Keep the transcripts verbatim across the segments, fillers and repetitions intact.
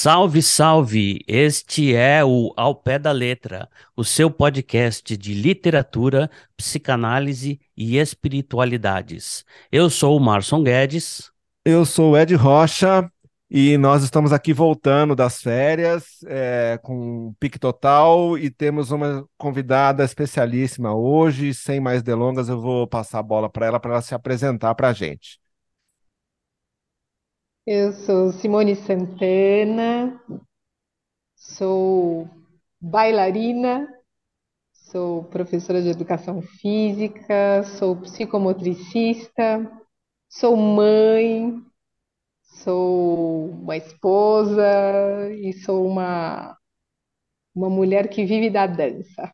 Salve, salve! Este é o Ao Pé da Letra, o seu podcast de literatura, psicanálise e espiritualidades. Eu sou o Marson Guedes. Eu sou o Ed Rocha e nós estamos aqui voltando das férias é, com um pique total e temos uma convidada especialíssima hoje. Sem mais delongas, eu vou passar a bola para ela para ela se apresentar para a gente. Eu sou Simone Santana, sou bailarina, sou professora de educação física, sou psicomotricista, sou mãe, sou uma esposa e sou uma, uma mulher que vive da dança.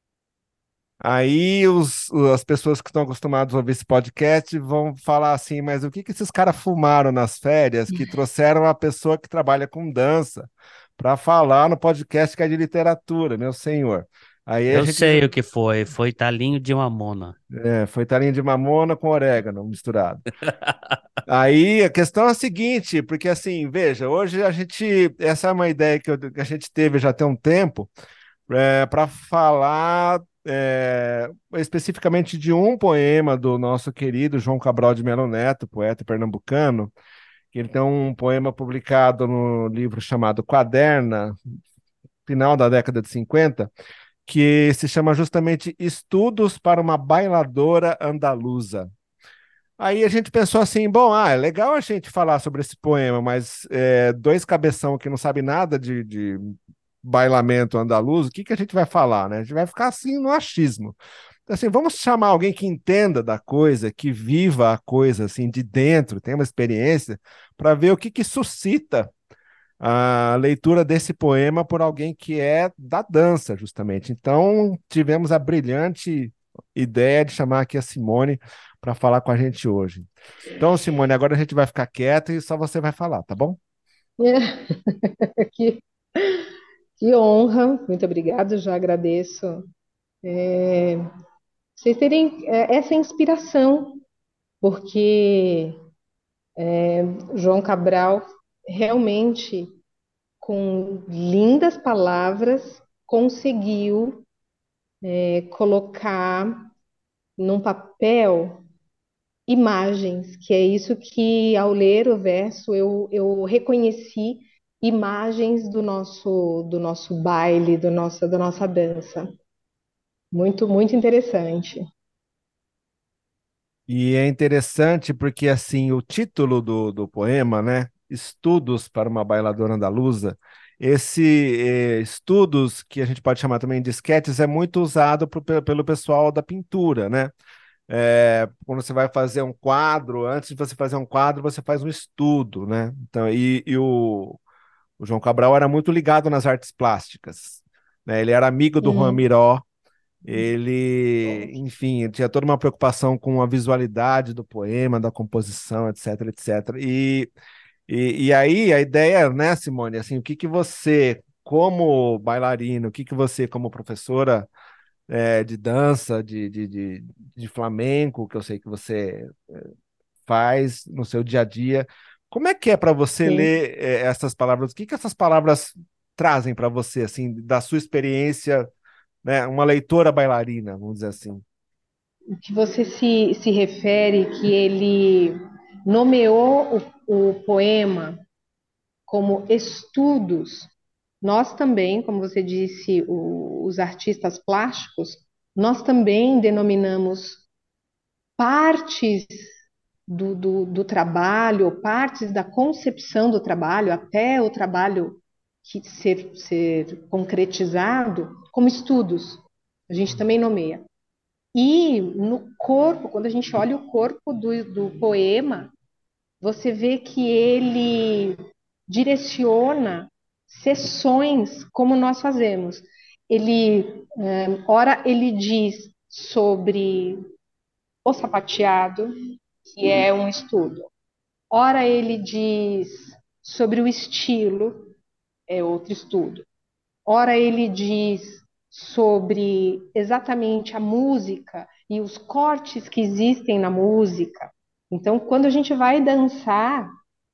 Aí os, as pessoas que estão acostumadas a ouvir esse podcast vão falar assim, mas o que que esses caras fumaram nas férias que trouxeram a pessoa que trabalha com dança para falar no podcast que é de literatura, meu senhor? Aí a Eu gente sei o que foi, foi talinho de mamona. É, foi talinho de mamona com orégano misturado. Aí a questão é a seguinte, porque assim, veja, hoje a gente, essa é uma ideia que, eu- que a gente teve já tem um tempo, para falar é, especificamente de um poema do nosso querido João Cabral de Melo Neto, poeta pernambucano, que ele tem um poema publicado no livro chamado Quaderna, final da década de cinquenta, que se chama justamente Estudos para uma Bailadora Andaluza. Aí a gente pensou assim, bom, ah, é legal a gente falar sobre esse poema, mas é, dois cabeção que não sabe nada de, de bailamento andaluz, o que que a gente vai falar, né? A gente vai ficar assim no achismo. Então, assim, vamos chamar alguém que entenda da coisa, que viva a coisa assim de dentro, tenha uma experiência, para ver o que que suscita a leitura desse poema por alguém que é da dança, justamente. Então, tivemos a brilhante ideia de chamar aqui a Simone para falar com a gente hoje. Então, Simone, agora a gente vai ficar quieto e só você vai falar, tá bom? Que, que honra, muito obrigada, já agradeço vocês terem é, essa inspiração, porque João Cabral realmente com lindas palavras, conseguiu é, colocar num papel imagens, que é isso que, ao ler o verso, eu, eu reconheci imagens do nosso, do nosso baile, do nosso, da nossa dança. Muito, muito interessante. E é interessante porque, assim, o título do, do poema, né? Estudos para uma bailadora andaluza, esse eh, estudos, que a gente pode chamar também de esquetes, é muito usado pro- pe- pelo pessoal da pintura, né? É, quando você vai fazer um quadro, antes de você fazer um quadro, você faz um estudo, né? Então, e, e o, o João Cabral era muito ligado nas artes plásticas, né? Ele era amigo do Juan Hum. Miró, ele, enfim, ele tinha toda uma preocupação com a visualidade do poema, da composição, etc, etcétera. E, e, e aí a ideia, né, Simone, assim, o que que você, como bailarina, o que que você, como professora é, de dança, de, de, de, de flamenco, que eu sei que você faz no seu dia a dia. Como é que é para você Sim. ler eh, essas palavras? O que que essas palavras trazem para você, assim, da sua experiência, né? Uma leitora bailarina, vamos dizer assim. O que você se, se refere que ele nomeou o, o poema como estudos. Nós também, como você disse, o- os artistas plásticos, nós também denominamos partes do, do, do trabalho, ou partes da concepção do trabalho, até o trabalho que ser, ser concretizado, como estudos. A gente também nomeia. E no corpo, quando a gente olha o corpo do, do poema, você vê que ele direciona sessões como nós fazemos. Ele, eh, ora, ele diz sobre o sapateado, que é um estudo. Ora, ele diz sobre o estilo, é outro estudo. Ora, ele diz sobre exatamente a música e os cortes que existem na música. Então, quando a gente vai dançar,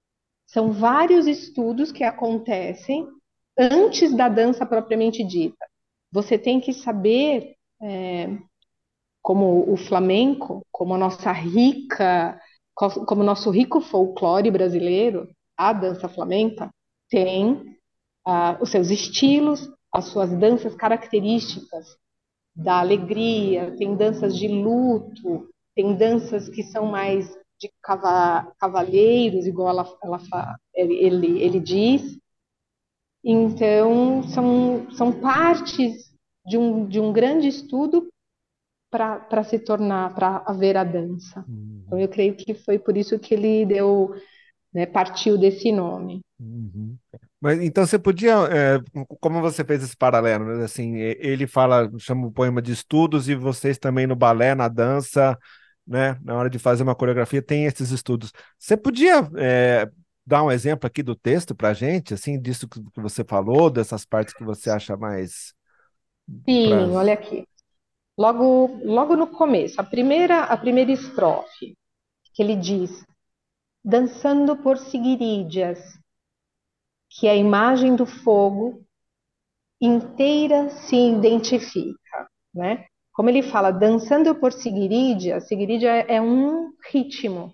São vários estudos que acontecem antes da dança propriamente dita. Você tem que saber, é, como o flamenco, como a nossa rica, como o nosso rico folclore brasileiro, a dança flamenca tem ah, os seus estilos, as suas danças características da alegria, tem danças de luto, tem danças que são mais de cava, cavalheiros, igual ela, ela, ele, ele, ele diz. Então, são, são partes de um, de um grande estudo para se tornar, para haver a dança. Então, Uhum, eu creio que foi por isso que ele deu, né, partiu desse nome. uhum. Mas então você podia, é, como você fez esse paralelo, né? Assim, e- ele fala, chama o poema de estudos e vocês também no balé, na dança, né? Na hora de fazer uma coreografia tem esses estudos. Você podia, é, dar um exemplo aqui do texto para gente, assim, disso que que você falou, dessas partes que você acha mais para. Sim, olha aqui. Logo, logo no começo, a primeira, a primeira estrofe, que ele diz: dançando por seguirídias, que a imagem do fogo inteira se identifica, né? Como ele fala, dançando por seguirídia, seguirídia é é um ritmo,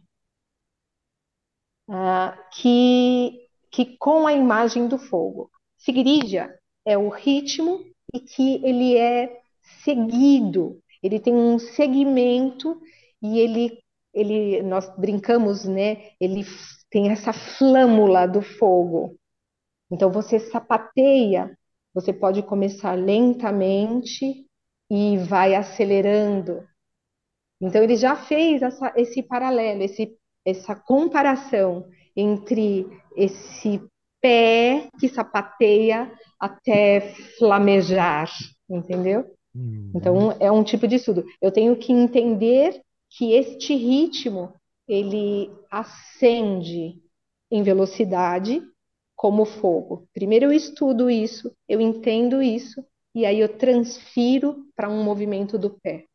ah, que, que com a imagem do fogo. Seguirídia é o ritmo e que ele é seguido, ele tem um segmento e ele, ele nós brincamos, né? Ele f- tem essa flâmula do fogo. Então você sapateia, você pode começar lentamente e vai acelerando. Então ele já fez essa, esse paralelo, esse, essa comparação entre esse pé que sapateia até flamejar, entendeu? Uhum, Então é um tipo de estudo. Eu tenho que entender que este ritmo ele ascende em velocidade como fogo. Primeiro eu estudo isso, eu entendo isso e aí eu transfiro para um movimento do pé.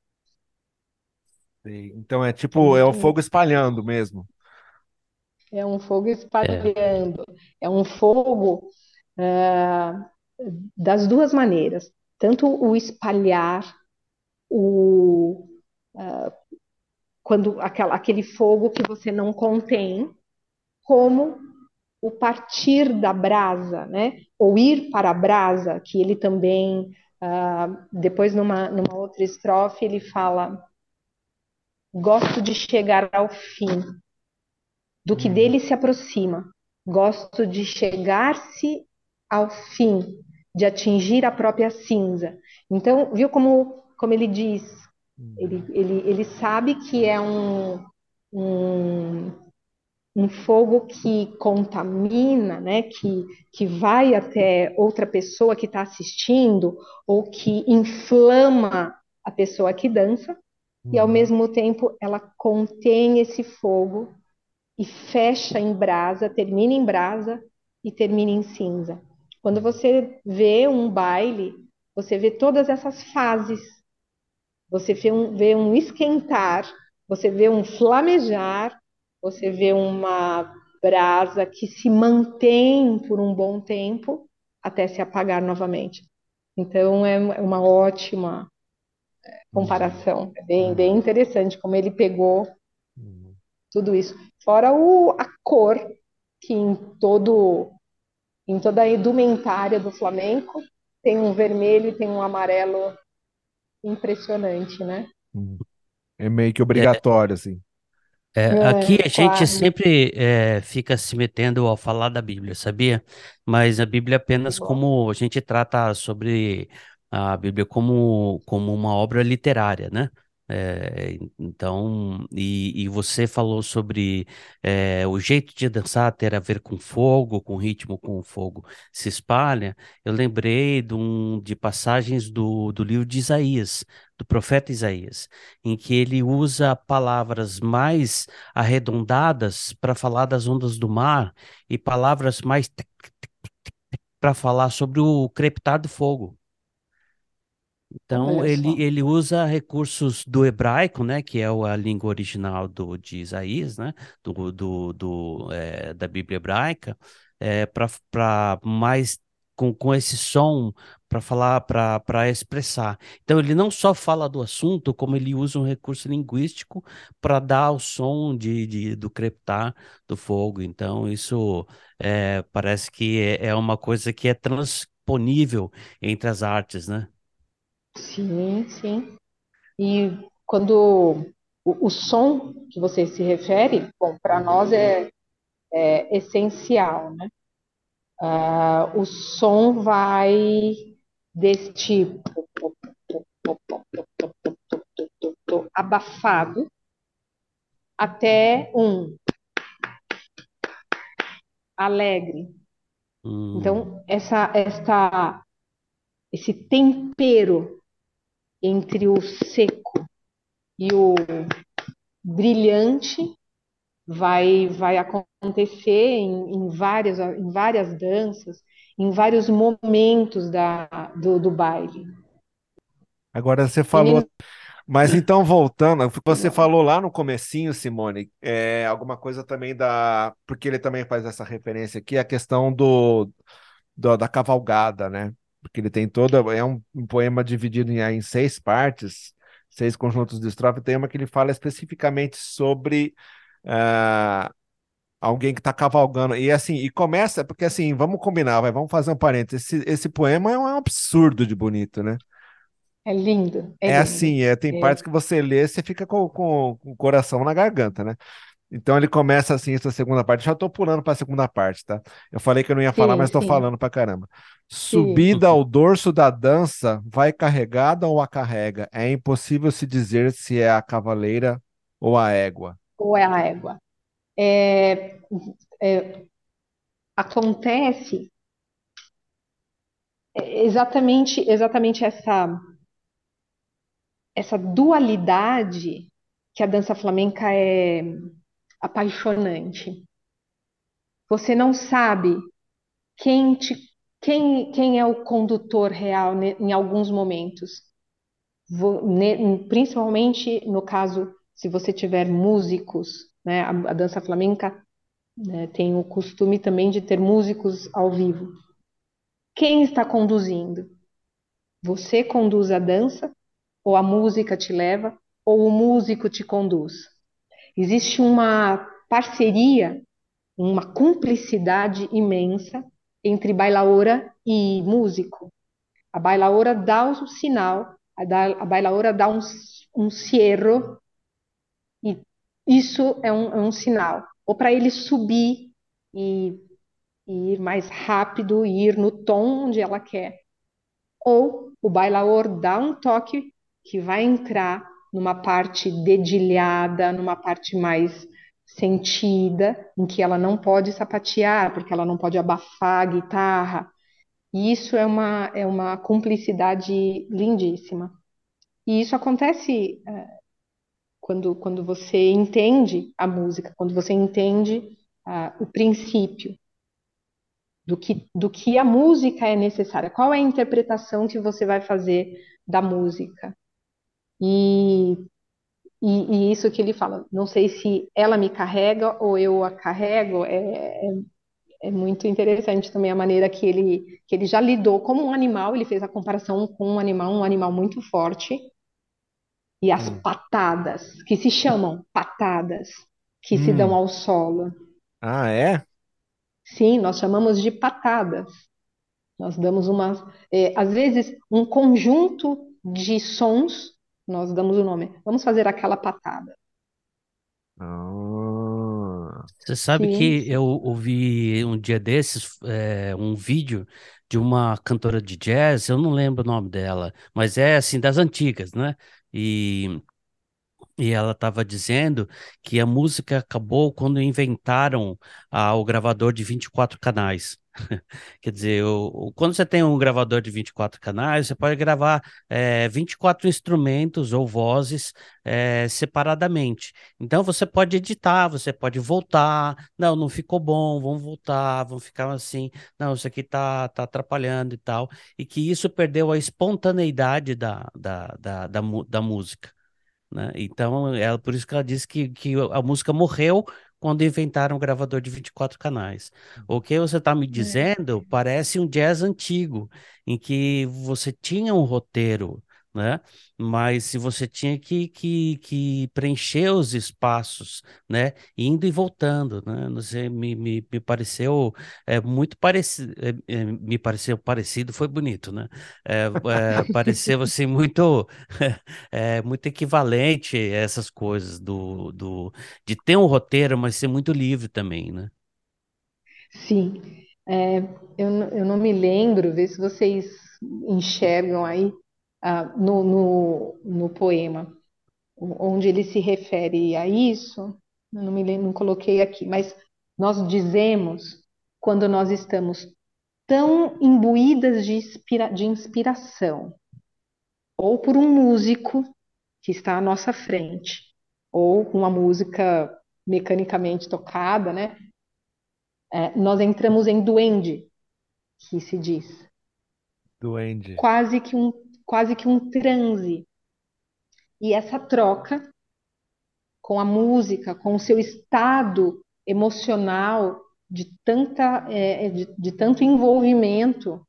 sei. Então é É tipo, é o muito, fogo espalhando mesmo. é um fogo É, espalhando, é um fogo ah, das duas maneiras, tanto o espalhar, o quando aquela, aquele fogo que você não contém, como o partir da brasa, né? Ou ir para a brasa, que ele também, ah, depois numa, numa outra estrofe, ele fala: gosto de chegar ao fim, do que Uhum, dele se aproxima, gosto de chegar-se ao fim, de atingir a própria cinza. Então, viu como, como ele diz? Ele, uhum, ele, ele sabe que é um, um um fogo que contamina, né, que, que vai até outra pessoa que está assistindo, ou que inflama a pessoa que dança, e ao uhum, mesmo tempo ela contém esse fogo e fecha em brasa, termina em brasa e termina em cinza. Quando você vê um baile, você vê todas essas fases, você vê um, vê um esquentar, você vê um flamejar, você vê uma brasa que se mantém por um bom tempo até se apagar novamente. Então é uma ótima uhum, comparação, é bem, bem uhum, interessante como ele pegou uhum. tudo isso. Fora o, a cor, que em todo em toda a indumentária do flamenco tem um vermelho e tem um amarelo impressionante, né? Uhum. É meio que é, obrigatório, assim. é, aqui É, a gente quase. sempre é, fica se metendo ao falar da Bíblia, sabia? Mas a Bíblia Que apenas bom. como a gente trata sobre a Bíblia como, como uma obra literária, né? É, então, e, e você falou sobre é, o jeito de dançar ter a ver com fogo, com ritmo, com o fogo se espalha. Eu lembrei de, um, de passagens do, do livro de Isaías, do profeta Isaías, em que ele usa palavras mais arredondadas para falar das ondas do mar e palavras mais para falar sobre o crepitar do fogo. Então, Olha ele, só. ele usa recursos do hebraico, né, que é o- a língua original do, de Isaías, né, do, do, do, eh, da Bíblia hebraica, para mais com, com esse som para falar, para para expressar. Então, ele não só fala do assunto, como ele usa um recurso linguístico para dar o som de, de, do crepitar do fogo. Então, isso eh, parece que é, é uma coisa que é transponível entre as artes, né? Sim, sim. E quando o, o som que você se refere, bom, para nós é, é essencial, né? Ah, o som vai deste abafado até um alegre. Hum. Então, essa, esta, esse tempero entre o seco e o brilhante vai, vai acontecer em, em várias, em várias danças, em vários momentos da, do, do baile. Agora você falou, Ele, mas então voltando, o que você falou lá no comecinho, Simone, é alguma coisa também da, porque ele também faz essa referência aqui, a questão do, do- da cavalgada, né? Porque ele tem toda, é um, um poema dividido em, em seis partes, seis conjuntos de estrofe, tem uma que ele fala especificamente sobre ah, alguém que está cavalgando. E assim, e começa, porque assim, vamos combinar, vai, vamos fazer um parênteses. Esse, esse poema é um absurdo de bonito, né? é lindo, é É lindo. assim, é, tem partes É, que você lê, você fica com, com, com o coração na garganta, né? Então ele começa assim, essa segunda parte. Já tô pulando para a segunda parte, tá? Eu falei que eu não ia falar, sim, mas tô sim, falando pra caramba. sim. Subida ao dorso da dança, vai carregada ou a carrega? É impossível se dizer se é a cavaleira ou a égua. Ou é a égua? É, é, acontece exatamente, exatamente essa, essa dualidade que a dança flamenca é apaixonante. Você não sabe quem, te, quem, quem é o condutor real ne- em alguns momentos. Vo- ne- Principalmente no caso, se você tiver músicos, né? A, a dança flamenca, né, tem o costume também de ter músicos ao vivo. Quem está conduzindo? Você conduz a dança, ou a música te leva, ou o músico te conduz? Existe uma parceria, uma cumplicidade imensa entre bailaora e músico. A bailaora dá o sinal, a, da, a bailaora dá um, um cierro, e isso é um, é um sinal. Ou para ele subir e, e ir mais rápido, e ir no tom onde ela quer. Ou o bailaor dá um toque que vai entrar numa parte dedilhada, numa parte mais sentida, em que ela não pode sapatear, porque ela não pode abafar a guitarra. E isso é uma, é uma cumplicidade lindíssima. E isso acontece eh, quando, quando você entende a música, quando você entende ah, o princípio do que, do que a música é necessária, qual é a interpretação que você vai fazer da música. E, e, e isso que ele fala, não sei se ela me carrega ou eu a carrego, é, é muito interessante também a maneira que ele, que ele já lidou como um animal, ele fez a comparação com um animal, um animal muito forte, e as Hum. patadas, que se chamam patadas, que se dão Hum. ao solo. Ah, é? Sim, nós chamamos de patadas. Nós damos uma, é, às vezes, um conjunto de sons, nós damos o nome. Vamos fazer aquela patada. Ah. Você sabe Sim, que sim. eu ouvi um dia desses é, um vídeo de uma cantora de jazz, eu não lembro o nome dela, mas é assim das antigas, né? E E ela estava dizendo que a música acabou quando inventaram ah, o gravador de vinte e quatro canais. Quer dizer, o- o- quando você tem um gravador de vinte e quatro canais, você pode gravar eh, vinte e quatro instrumentos ou vozes eh, separadamente. Então você pode editar, você pode voltar. Não, não ficou bom, vamos voltar, vamos ficar assim. Não, isso aqui tá, tá atrapalhando e tal. E que isso perdeu a espontaneidade da, da, da, da, mu- da música, né? Então, ela, por isso que ela disse que, que a música morreu quando inventaram o gravador de vinte e quatro canais. O que você está me É. dizendo parece um jazz antigo, em que você tinha um roteiro, né? Mas se você tinha que, que, que preencher os espaços, né? Indo e voltando, né? Não sei, me, me, me pareceu é, muito parecido, me pareceu parecido, foi bonito, né? É, é, pareceu assim muito é muito equivalente a essas coisas do, do, de ter um roteiro, mas ser muito livre também, né? Sim. É, eu, n- eu não me lembro, vê se vocês enxergam aí ah, no, no, no poema, onde ele se refere a isso, eu não me lembro, não coloquei aqui, mas nós dizemos quando nós estamos tão imbuídas de, inspira- de inspiração, ou por um músico que está à nossa frente, ou uma música mecanicamente tocada, né? É, nós entramos em duende, que se diz, Duende. quase que um, quase que um transe. E essa troca com a música, com o seu estado emocional de tanta, é, é, de, de tanto envolvimento,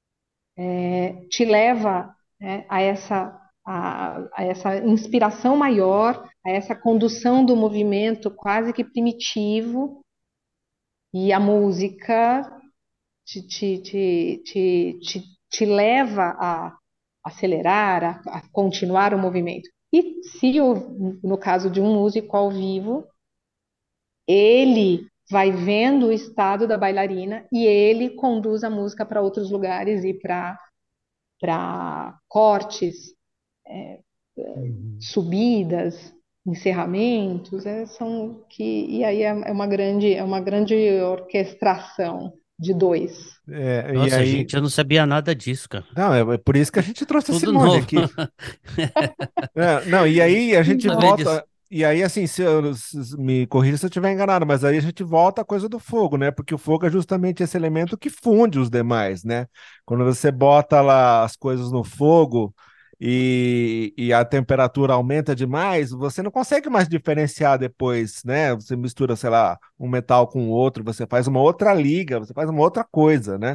te leva, né, a essa a, a essa inspiração maior, a essa condução do movimento quase que primitivo, e a música te, te, te, te, te, te leva a acelerar, a, a continuar o movimento. E se, o- no caso de um músico ao vivo, ele vai vendo o estado da bailarina e ele conduz a música para outros lugares e para para cortes, Uhum. subidas, encerramentos, é, são que e aí é, é uma grande é uma grande orquestração de dois. É, e Nossa, aí. gente, eu não sabia nada disso, cara. Não, é, é por isso que a gente trouxe a Tudo Simone novo. aqui. É, não, e aí a Não gente sabia disso. volta. E aí, assim, se eu, se- me corrija se eu estiver enganado, mas aí a gente volta à coisa do fogo, né? Porque o fogo é justamente esse elemento que funde os demais, né? Quando você bota lá as coisas no fogo e, e a temperatura aumenta demais, você não consegue mais diferenciar depois, né? Você mistura, sei lá, um metal com o outro, você faz uma outra liga, você faz uma outra coisa, né?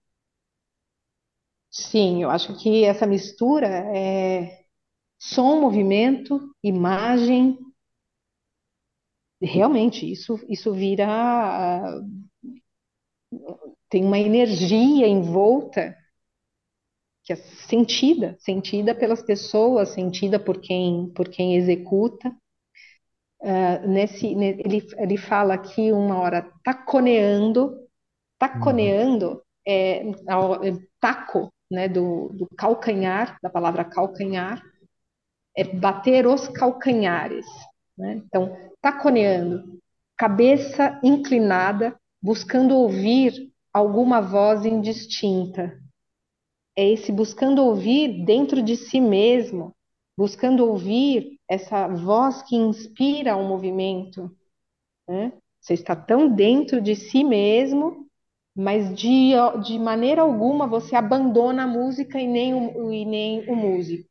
Sim, eu acho que essa mistura é som, movimento, imagem, realmente isso isso vira ah, tem uma energia envolta que é sentida, sentida pelas pessoas, sentida por quem por quem executa. Ah, nesse ne- ele ele fala aqui uma hora taconeando, Uhum. taconeando é, ao- é taco, né, do, do calcanhar, da palavra calcanhar, é bater os calcanhares, né? Então, taconeando, cabeça inclinada, buscando ouvir alguma voz indistinta. É esse buscando ouvir dentro de si mesmo, buscando ouvir essa voz que inspira o movimento, né? Você está tão dentro de si mesmo, mas de, de maneira alguma você abandona a música e nem o, e nem o músico.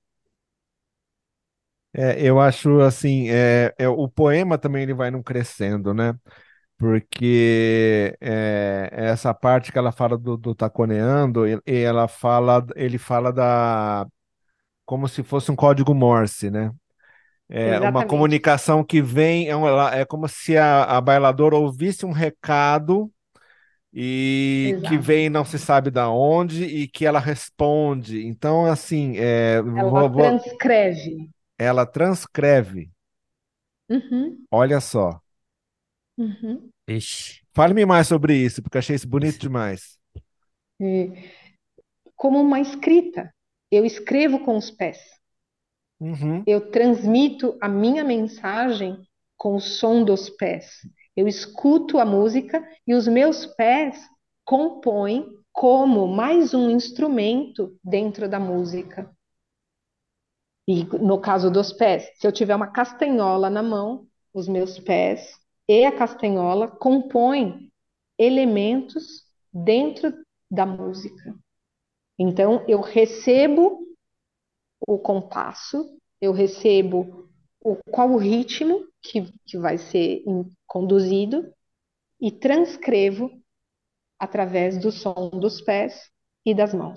É, eu acho assim, é, é, o poema também ele vai num crescendo, né? Porque é, essa parte que ela fala do, do taconeando, e e ela fala, ele fala da como se fosse um código Morse, né? É uma Exatamente. comunicação que vem, é, um- ela- é como se a, a bailadora ouvisse um recado e que Exato. vem não se sabe da onde e que ela responde. Então, assim, é, Ela vou- vou- transcreve. ela transcreve. Uhum, Olha só. uhum. Ixi. Fale-me mais sobre isso, porque achei isso bonito demais. E como uma escrita. Eu escrevo com os pés. Uhum. Eu transmito a minha mensagem com o som dos pés. Eu escuto a música e os meus pés compõem como mais um instrumento dentro da música. E no caso dos pés, se eu tiver uma castanhola na mão, os meus pés e a castanhola compõem elementos dentro da música. Então, eu recebo o compasso, eu recebo o, qual o ritmo que, que vai ser in, conduzido e transcrevo através do som dos pés e das mãos.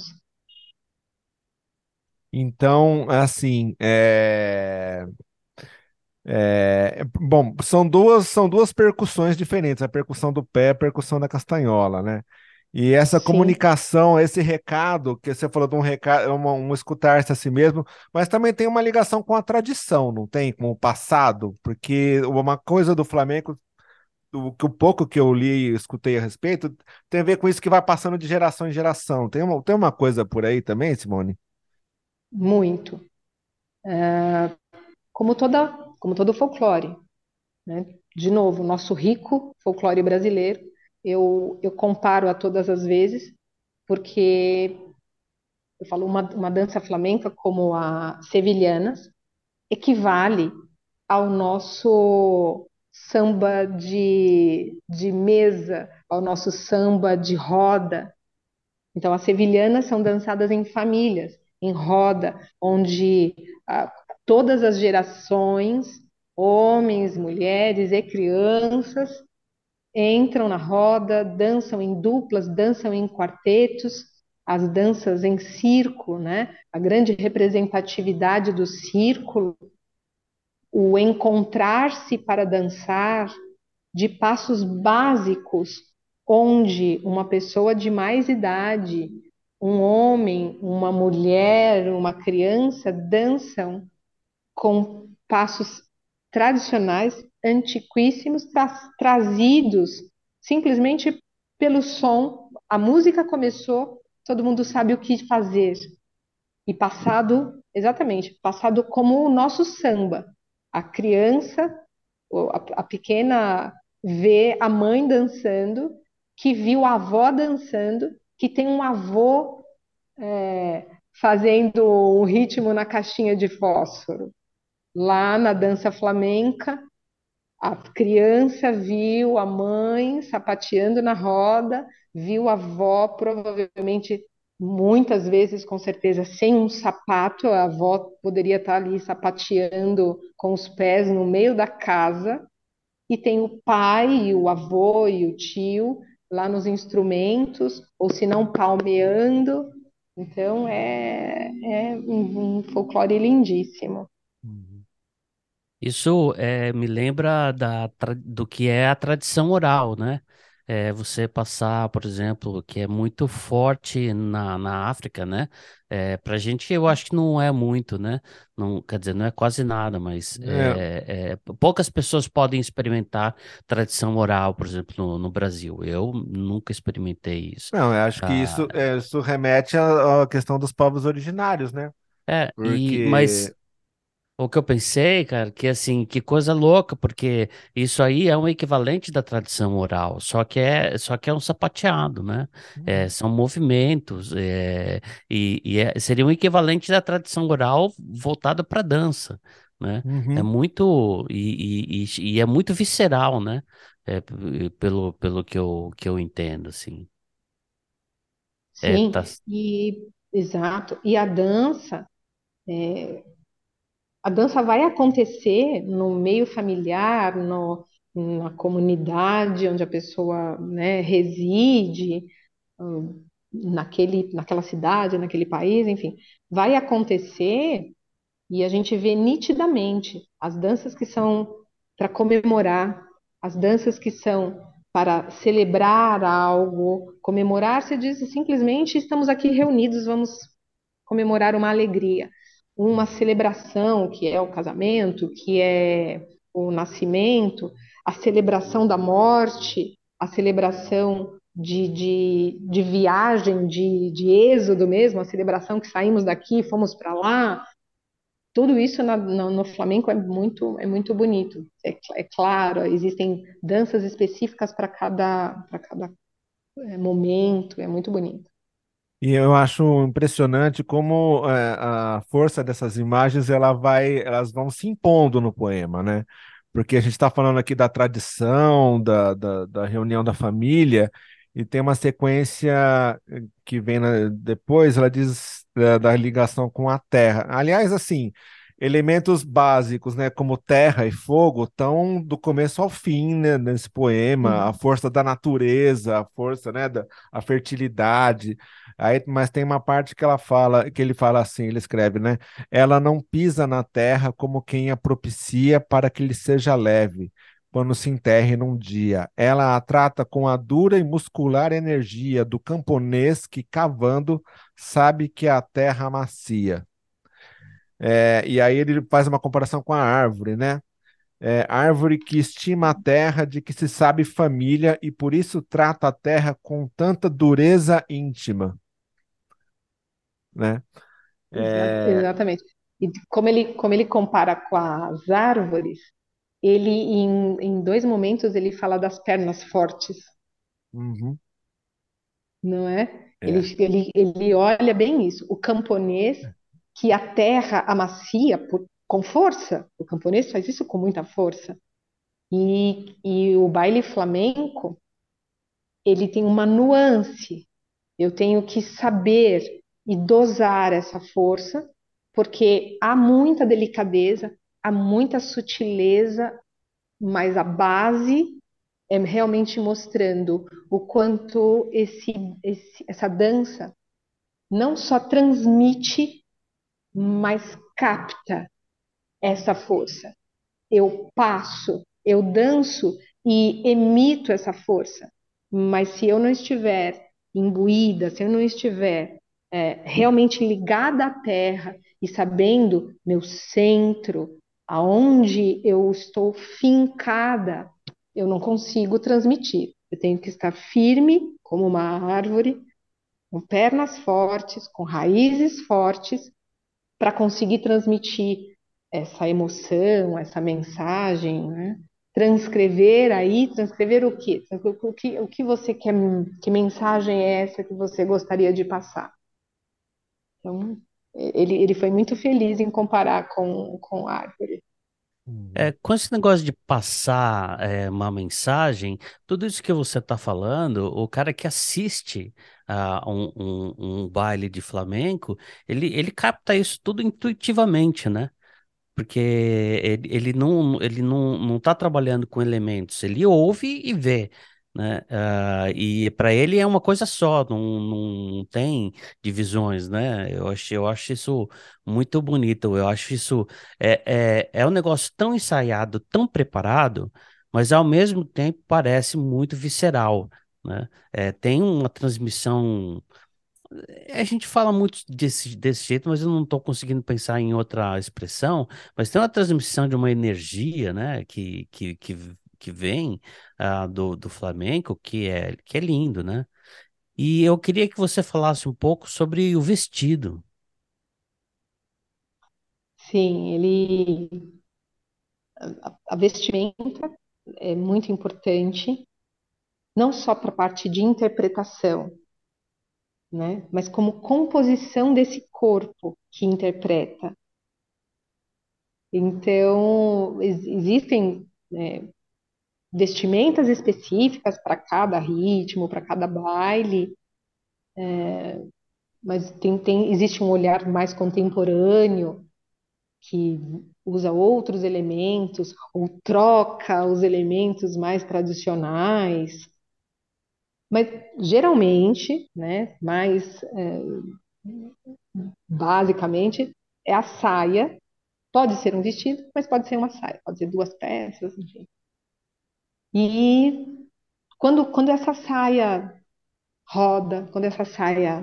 Então, assim, é... É, bom, são duas, são duas percussões diferentes, a percussão do pé e a percussão da castanhola, né? E essa Sim, comunicação, esse recado, que você falou de um recado, uma- um escutar-se a si mesmo, mas também tem uma ligação com a tradição, não tem? Com o passado, porque uma coisa do flamenco, o, que o pouco que eu li e escutei a respeito, tem a ver com isso que vai passando de geração em geração. Tem uma, tem uma coisa por aí também, Simone? muito. Como toda, como todo folclore, né? De novo, nosso rico folclore brasileiro, eu, eu comparo a todas as vezes, porque eu falo uma, uma dança flamenca como a sevilhanas equivale ao nosso samba de, de mesa, ao nosso samba de roda. Então, as sevilhanas são dançadas em famílias, em roda, onde ah, todas as gerações, homens, mulheres e crianças, entram na roda, dançam em duplas, dançam em quartetos, as danças em círculo, né? A grande representatividade do círculo, o encontrar-se para dançar de passos básicos, onde uma pessoa de mais idade, um homem, uma mulher, uma criança dançam com passos tradicionais, antiquíssimos, tra trazidos simplesmente pelo som. A música começou, todo mundo sabe o que fazer. E passado, exatamente, passado como o nosso samba. A criança, a, a pequena vê a mãe dançando, que viu a avó dançando, que tem um avô é, fazendo um ritmo na caixinha de fósforo. Lá na dança flamenca, a criança viu a mãe sapateando na roda, viu a avó, provavelmente, muitas vezes, com certeza, sem um sapato, a avó poderia estar ali sapateando com os pés no meio da casa, e tem o pai, o avô e o tio lá nos instrumentos, ou se não, palmeando. Então, é, é um, um folclore lindíssimo. Uhum. Isso eh, me lembra da, tra- do que é a tradição oral, né? Eh, você passar, por exemplo, que é muito forte na, na África, né? Eh, pra gente, eu acho que não é muito, né? Não, quer dizer, não é quase nada, mas É, eh, eh, poucas pessoas podem experimentar tradição oral, por exemplo, no, no Brasil. Eu nunca experimentei isso. não, eu acho que Ah, isso, é, isso remete à, à questão dos povos originários, né? é, e, Porque mas o que eu pensei, cara, que assim, que coisa louca, porque isso aí é um equivalente da tradição oral, só que é, só que é um sapateado, né? É, Uhum. são movimentos, é, e, e é- seria um equivalente da tradição oral voltada para dança, né? É Uhum. muito, e, e, e- e é muito visceral, né? É, p- pelo, pelo que eu, que eu entendo, assim. É, Sim, tá, e exato. E a dança, a dança vai acontecer no meio familiar, no, na comunidade onde a pessoa, né, reside, hum, naquele, naquela cidade, naquele país, enfim, vai acontecer e a gente vê nitidamente as danças que são para comemorar, as danças que são para celebrar algo, comemorar, se diz simplesmente estamos aqui reunidos, vamos comemorar uma alegria, uma celebração, que é o casamento, que é o nascimento, a celebração da morte, a celebração de, de, de viagem, de, de êxodo mesmo, a celebração que saímos daqui, fomos para lá. tudo isso na- no, no flamenco é muito, é muito bonito. É, cl- é claro, existem danças específicas para cada, para cada é, momento, é muito bonito. E eu acho impressionante como é, a força dessas imagens ela vai, elas vão se impondo no poema, né? Porque a gente está falando aqui da tradição, da, da, da reunião da família, e tem uma sequência eh, que vem na- depois, ela diz da, da ligação com a terra. Aliás, assim, elementos básicos, né, como terra e fogo, estão do começo ao fim, né, nesse poema, a Uhum. força da natureza, a força, né, da a fertilidade. Aí, mas tem uma parte que ela fala, que ele fala assim, ele escreve, né? Ela não pisa na terra como quem a propicia para que lhe seja leve, quando se enterre num dia. Ela a trata com a dura e muscular energia do camponês que, cavando, sabe que é a terra macia. É, e aí ele faz uma comparação com a árvore, né? É, árvore que estima a terra, de que se sabe família e por isso trata a terra com tanta dureza íntima, né? Exa- É, exatamente. E como ele, como ele compara com as árvores, ele em, em dois momentos ele fala das pernas fortes, uhum, não é? Ele, é, ele, ele olha bem isso. O camponês que a terra amacia por, com força, o camponês faz isso com muita força. E, e o baile flamenco, ele tem uma nuance. Eu tenho que saber e dosar essa força, porque há muita delicadeza, há muita sutileza, mas a base é realmente mostrando o quanto esse, esse- essa dança não só transmite, mas capta essa força. Eu passo, eu danço e emito essa força. Mas se eu não estiver imbuída, se eu não estiver é, realmente ligada à terra e sabendo meu centro, aonde eu estou fincada, eu não consigo transmitir. Eu tenho que estar firme como uma árvore, com pernas fortes, com raízes fortes, para conseguir transmitir essa emoção, essa mensagem, né? Transcrever aí, transcrever o quê? O que, o que você quer, que mensagem é essa que você gostaria de passar? Então, ele, ele foi muito feliz em comparar com, com árvore. É, uhum, com esse negócio de passar é, uma mensagem, tudo isso que você está falando, o cara que assiste a um, um, um baile de flamenco, ele, ele capta isso tudo intuitivamente, né? Porque ele, ele não ele não, não está trabalhando com elementos, ele ouve e vê, né? Ah, e para ele é uma coisa só, não, não tem divisões, né? Eu acho, eu acho isso muito bonito, eu acho isso é, é, é um negócio tão ensaiado, tão preparado, mas ao mesmo tempo parece muito visceral, né? É, tem uma transmissão. A gente fala muito desse, desse jeito, mas eu não estou conseguindo pensar em outra expressão. Mas tem uma transmissão de uma energia, né, que, que, que, que vem ah, do, do flamenco, que é, que é lindo, né? E eu queria que você falasse um pouco sobre o vestido. Sim, ele a, a vestimenta é muito importante, não só para a parte de interpretação, né? Mas como composição desse corpo que interpreta. Então, ex- existem, né, vestimentas específicas para cada ritmo, para cada baile, mas tem, tem, existe um olhar mais contemporâneo que usa outros elementos ou troca os elementos mais tradicionais. Mas geralmente, né, mais é, basicamente, é a saia. Pode ser um vestido, mas pode ser uma saia, pode ser duas peças, enfim. E quando, quando essa saia roda, quando essa saia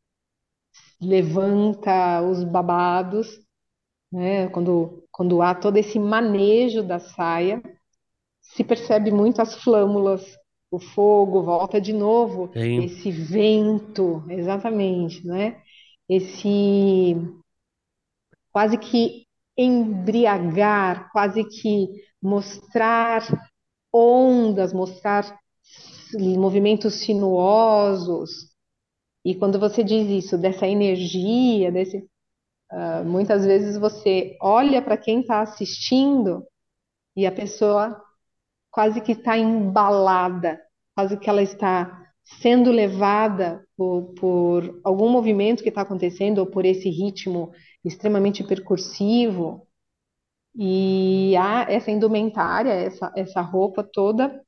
levanta os babados, né? Quando, quando há todo esse manejo da saia, se percebe muito as flâmulas, o fogo, volta de novo, Tem, esse vento, exatamente, né? Esse quase que embriagar, quase que mostrar ondas, mostrar movimentos sinuosos. E quando você diz isso, dessa energia, desse, uh, muitas vezes você olha para quem está assistindo e a pessoa quase que está embalada, quase que ela está sendo levada por, por algum movimento que está acontecendo ou por esse ritmo extremamente percursivo. E a, essa indumentária, essa, essa roupa toda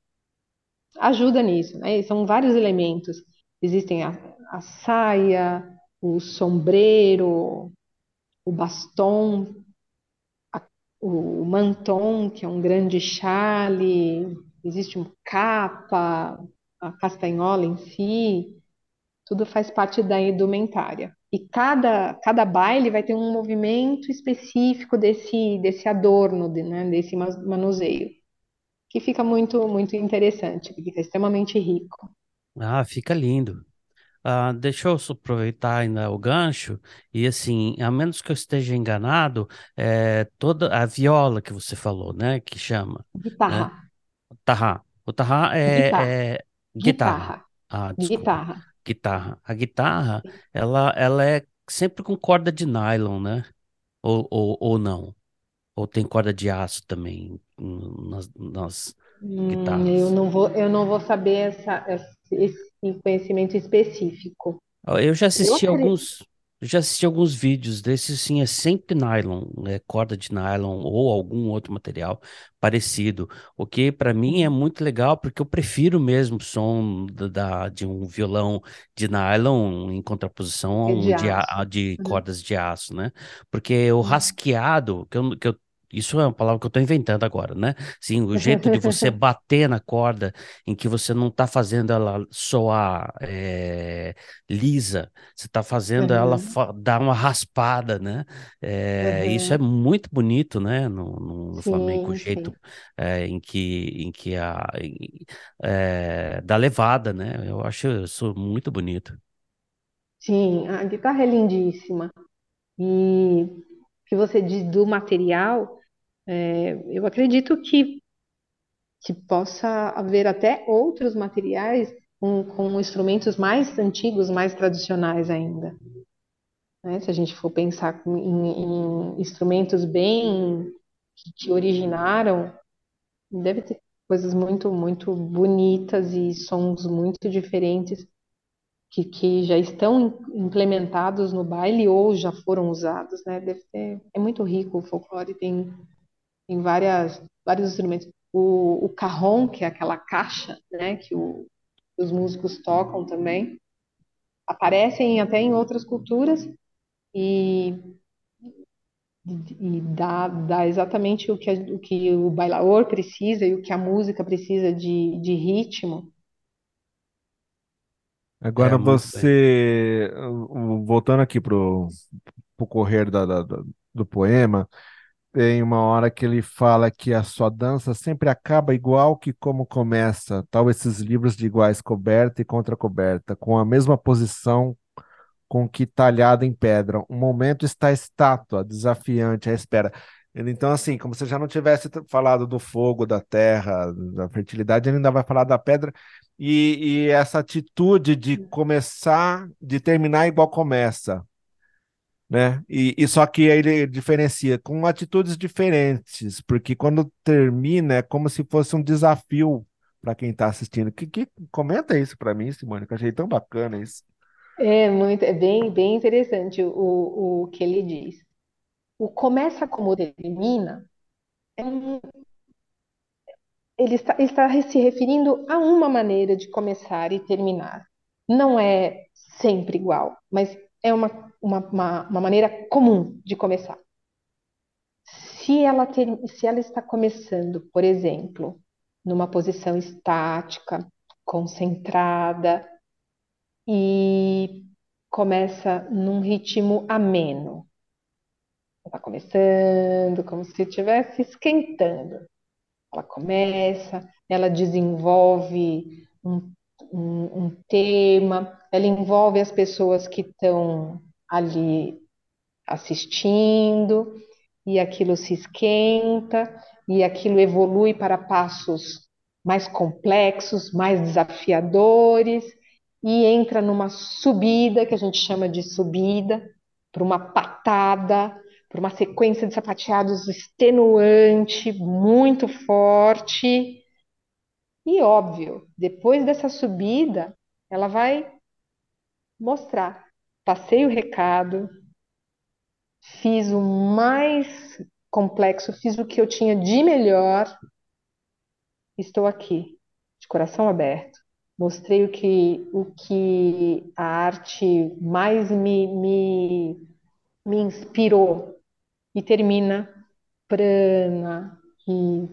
ajuda nisso, né? E são vários elementos. Existem a, a saia, o sombreiro, o bastom, a- o manton, que é um grande chale, existe um capa, a castanhola em si, tudo faz parte da indumentária. E cada, cada baile vai ter um movimento específico desse, desse adorno, de- né, desse ma- manuseio, que fica muito, muito interessante, que fica extremamente rico. Ah, fica lindo. Ah, deixa eu só aproveitar ainda o gancho e assim, a menos que eu esteja enganado, é, toda a viola que você falou, né, que chama, né, Guitarra, o tarra. O tarra guitarra, é, é guitarra. guitarra, Ah, desculpa, guitarra. guitarra. A guitarra, ela, ela é sempre com corda de nylon, né? Ou, ou, ou não? Ou tem corda de aço também hum, nas, nas Hum, eu guitarras? não vou, eu não vou saber essa, esse conhecimento específico. Ó, eu já Eu assisti acredito. alguns, eu já assisti alguns vídeos desses, sim, é sempre nylon, é corda de nylon ou algum outro material parecido. O que para mim é muito legal, porque eu prefiro mesmo o som da, da- de um violão de nylon em contraposição a É um de de, a- aço. a de Uhum. cordas de aço, né? Porque o Uhum. rasqueado, que eu, que eu isso é uma palavra que eu estou inventando agora, né? Sim, o jeito de você bater na corda em que você não está fazendo ela soar eh, lisa, você está fazendo ela Uhum. fa- dar uma raspada, né? É, isso é Uhum. muito bonito, né? No, no, no flamenco, o Sim, jeito sim. é, em que, em que a em- é, da levada, né? Eu acho isso muito bonito. Sim, a guitarra é lindíssima. E o que você diz do material, é, eu acredito que, que possa haver até outros materiais com, com instrumentos mais antigos, mais tradicionais ainda, né? Se a gente for pensar em, em instrumentos bem que, que originaram, deve ter coisas muito, muito bonitas e sons muito diferentes que, que já estão implementados no baile ou já foram usados, né? Deve ter, é muito rico o folclore, tem, tem várias, vários instrumentos. O, o carrom, que é aquela caixa, né, que o- os músicos tocam também, aparecem até em outras culturas e, e dá, dá exatamente o que, a- o que o bailaor precisa e o que a música precisa de, de ritmo. É, Agora muito bem. você, uh, uh, voltando aqui pro, pro correr da, da- da- do poema, tem uma hora que ele fala que a sua dança sempre acaba igual que como começa, tal esses livros de iguais coberta e contracoberta, com a mesma posição com que talhada em pedra. Um momento está estátua, desafiante, à espera. Ele, então, assim, como se já não tivesse t- falado do fogo, da terra, da fertilidade, ele ainda vai falar da pedra. E, e essa atitude de começar, de terminar igual começa, né? E, e só que aí ele diferencia com atitudes diferentes, porque quando termina é como se fosse um desafio para quem está assistindo. Que, que comenta isso para mim, Simone, que eu achei tão bacana isso. É muito, é bem, bem interessante o, o que ele diz. O começa como termina, é um- ele está, ele está se referindo a uma maneira de começar e terminar. Não é sempre igual, mas é uma, uma, uma, uma maneira comum de começar. Se ela, ter, se ela está começando, por exemplo, numa posição estática, concentrada, e começa num ritmo ameno. Está começando, como se estivesse esquentando. Ela começa, ela desenvolve um, um, um tema, ela envolve as pessoas que estão ali assistindo, e aquilo se esquenta, e aquilo evolui para passos mais complexos, mais desafiadores, e entra numa subida, que a gente chama de subida, para uma patada, para uma sequência de sapateados extenuante, muito forte. E óbvio, depois dessa subida, ela vai mostrar. Passei o recado, fiz o mais complexo, fiz o que eu tinha de melhor, estou aqui, de coração aberto. Mostrei o que, o que a arte mais me, me, me inspirou. E termina prana e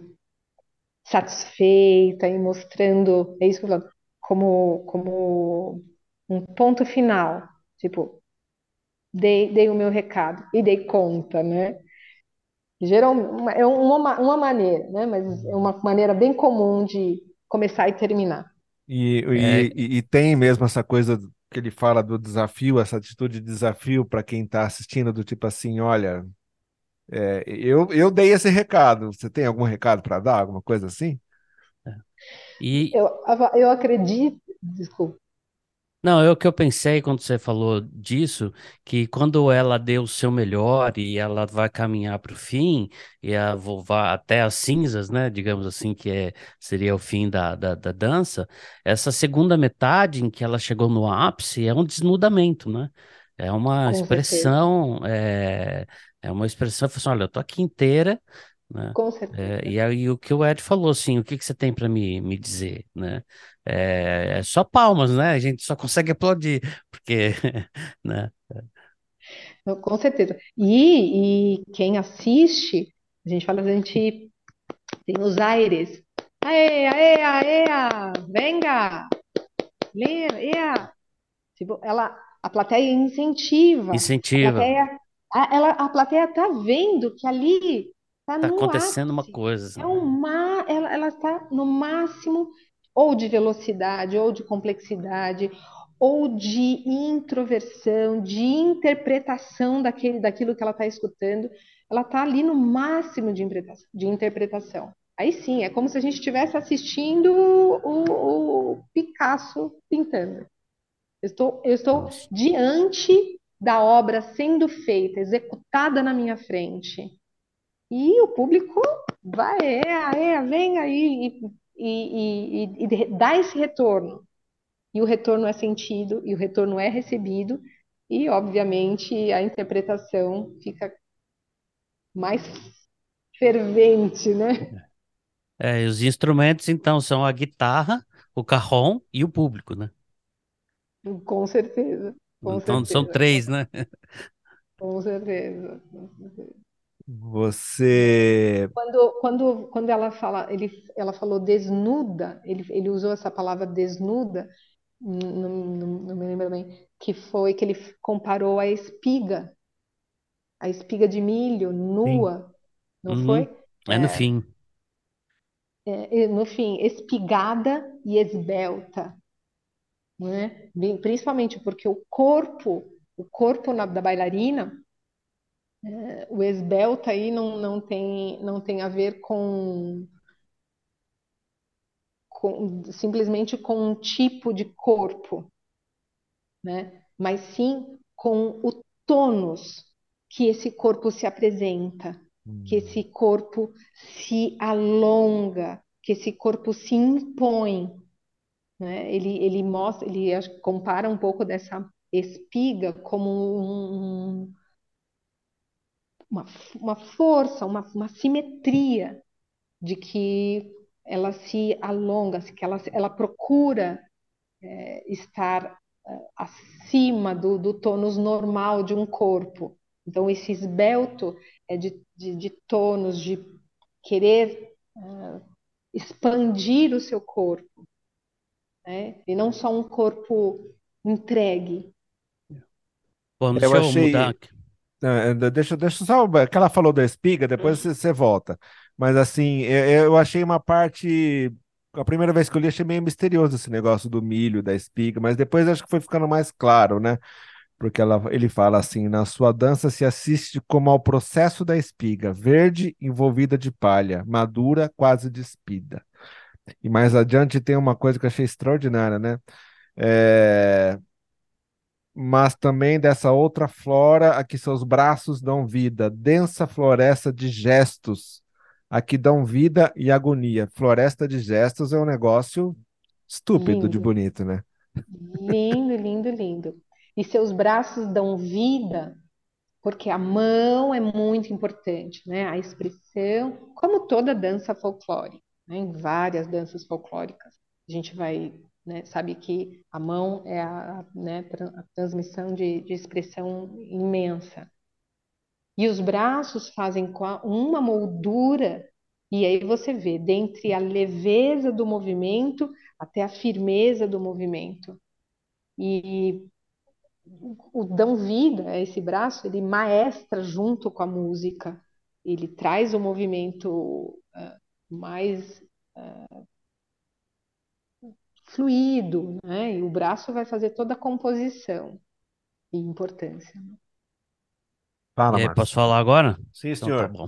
satisfeita e mostrando, é isso que eu tô falando, como, como um ponto final. Tipo, dei, dei o meu recado e dei conta, né? Geralmente, é uma, uma maneira, né? Mas é uma maneira bem comum de começar e terminar. E, É, e, e e tem mesmo essa coisa que ele fala do desafio, essa atitude de desafio para quem está assistindo, do tipo assim, olha, é, eu, eu dei esse recado. Você tem algum recado para dar, alguma coisa assim? e Eu, eu acredito, desculpa, não, é o que eu pensei quando você falou disso, que quando ela deu o seu melhor e ela vai caminhar para o fim, e ela vo- vai até as cinzas, né, digamos assim, que é, seria o fim da, da, da dança, essa segunda metade em que ela chegou no ápice é um desnudamento, né? É uma com certeza, expressão, é, é uma expressão, assim, olha, eu tô aqui inteira, né? com É, certeza. e aí o que o Ed falou, assim, o que que você tem para me, me dizer, né? É, é só palmas, né? A gente só consegue aplaudir, porque, né? Não, com certeza. E, e quem assiste, a gente fala, a gente tem os aires. Aê, aê, aê, venga, lê, ea. Tipo, ela, a plateia incentiva, a Incentiva. plateia, a, ela, a plateia tá vendo que ali tá Tá no acontecendo uma ápice. coisa, É um né? ma, ela, ela está no máximo ou de velocidade, ou de complexidade, ou de introversão, de interpretação daquele, daquilo que ela está escutando. Ela está ali no máximo de interpretação, de interpretação. Aí sim, é como se a gente estivesse assistindo o, o Picasso pintando. Eu estou, eu estou Nossa. diante da obra sendo feita, executada na minha frente. E o público vai, é, é, vem aí e, e, e, e dá esse retorno. E o retorno é sentido, e o retorno é recebido, e obviamente a interpretação fica mais fervente, né? É, e os instrumentos, então, são a guitarra, o cajón e o público, né? Com certeza, com Então, são certeza, três, né? com certeza. Com certeza. Você. Quando, quando, quando ela fala, ele, ela falou desnuda, ele, ele usou essa palavra desnuda, não, não, não me lembro bem, que foi que ele comparou a espiga, a espiga de milho Sim. nua, não Uhum. foi? É no É, fim. é, no fim, espigada e esbelta, né? Bem, principalmente porque o corpo, o corpo na- da bailarina, o esbelta aí não, não tem, não tem a ver com com- simplesmente com um tipo de corpo, né? Mas sim com o tônus que esse corpo se apresenta, que esse Hum. corpo se alonga, que esse corpo se impõe, né? Ele, ele mostra, ele acho que compara um pouco dessa espiga como um- um, uma, uma força, uma, uma simetria de que ela se alonga, que ela, ela procura estar eh, acima do, do tônus normal de um corpo. Então, esse esbelto é de, de, de tônus, de querer eh, expandir o seu corpo, né? E não só um corpo entregue. Bom, Eu deixa eu mudar achei. aqui. Ah, ainda deixa, deixa só. Que ela falou da espiga, depois você, você volta. Mas assim, eu, eu achei uma parte. A primeira vez que eu li, achei meio misterioso esse negócio do milho, da espiga, mas depois acho que foi ficando mais claro, né? porque ela, ele fala assim: na sua dança se assiste como ao processo da espiga, verde envolvida de palha, madura quase despida. E mais adiante tem uma coisa que eu achei extraordinária, né? É, mas também dessa outra flora a que seus braços dão vida, densa floresta de gestos, a que dão vida e agonia. Floresta de gestos é um negócio estúpido de Lindo, bonito, né? lindo, lindo, lindo. E seus braços dão vida, porque a mão é muito importante, né? A expressão, como toda dança folclórica, né? Em várias danças folclóricas, a gente vai, né? Sabe que a mão é a, né, tra- a transmissão de, de expressão imensa. E os braços fazem qua- uma moldura, e aí você vê, dentre a leveza do movimento até a firmeza do movimento. E o Dão Vida, esse braço, ele maestra junto com a música. Ele traz o movimento ah, mais fluido, né? E o braço vai fazer toda a composição e importância. Fala, E aí, posso Márcio. falar agora? Sim, Então tá senhor. bom.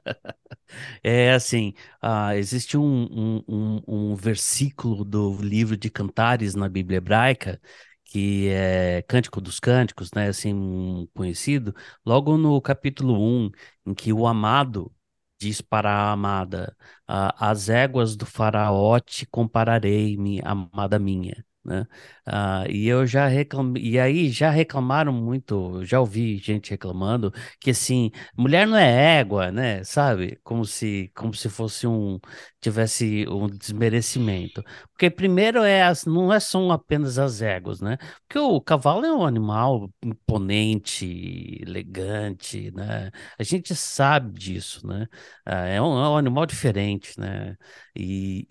É assim, ah, existe um, um, um, um versículo do livro de Cantares na Bíblia hebraica, que é Cântico dos Cânticos, né, assim, um conhecido, logo no capítulo um, em que o amado diz para a amada, ah, as éguas do faraó te compararei, minha amada minha. Né? Ah, e eu já reclamei, e aí já reclamaram muito, já ouvi gente reclamando que assim, mulher não é égua, né? Sabe? Como se, como se fosse um, tivesse um desmerecimento. Porque primeiro é as, não é são apenas as éguas, né? Porque o cavalo é um animal imponente, elegante, né? A gente sabe disso, né? Ah, é um, é um animal diferente, né? E,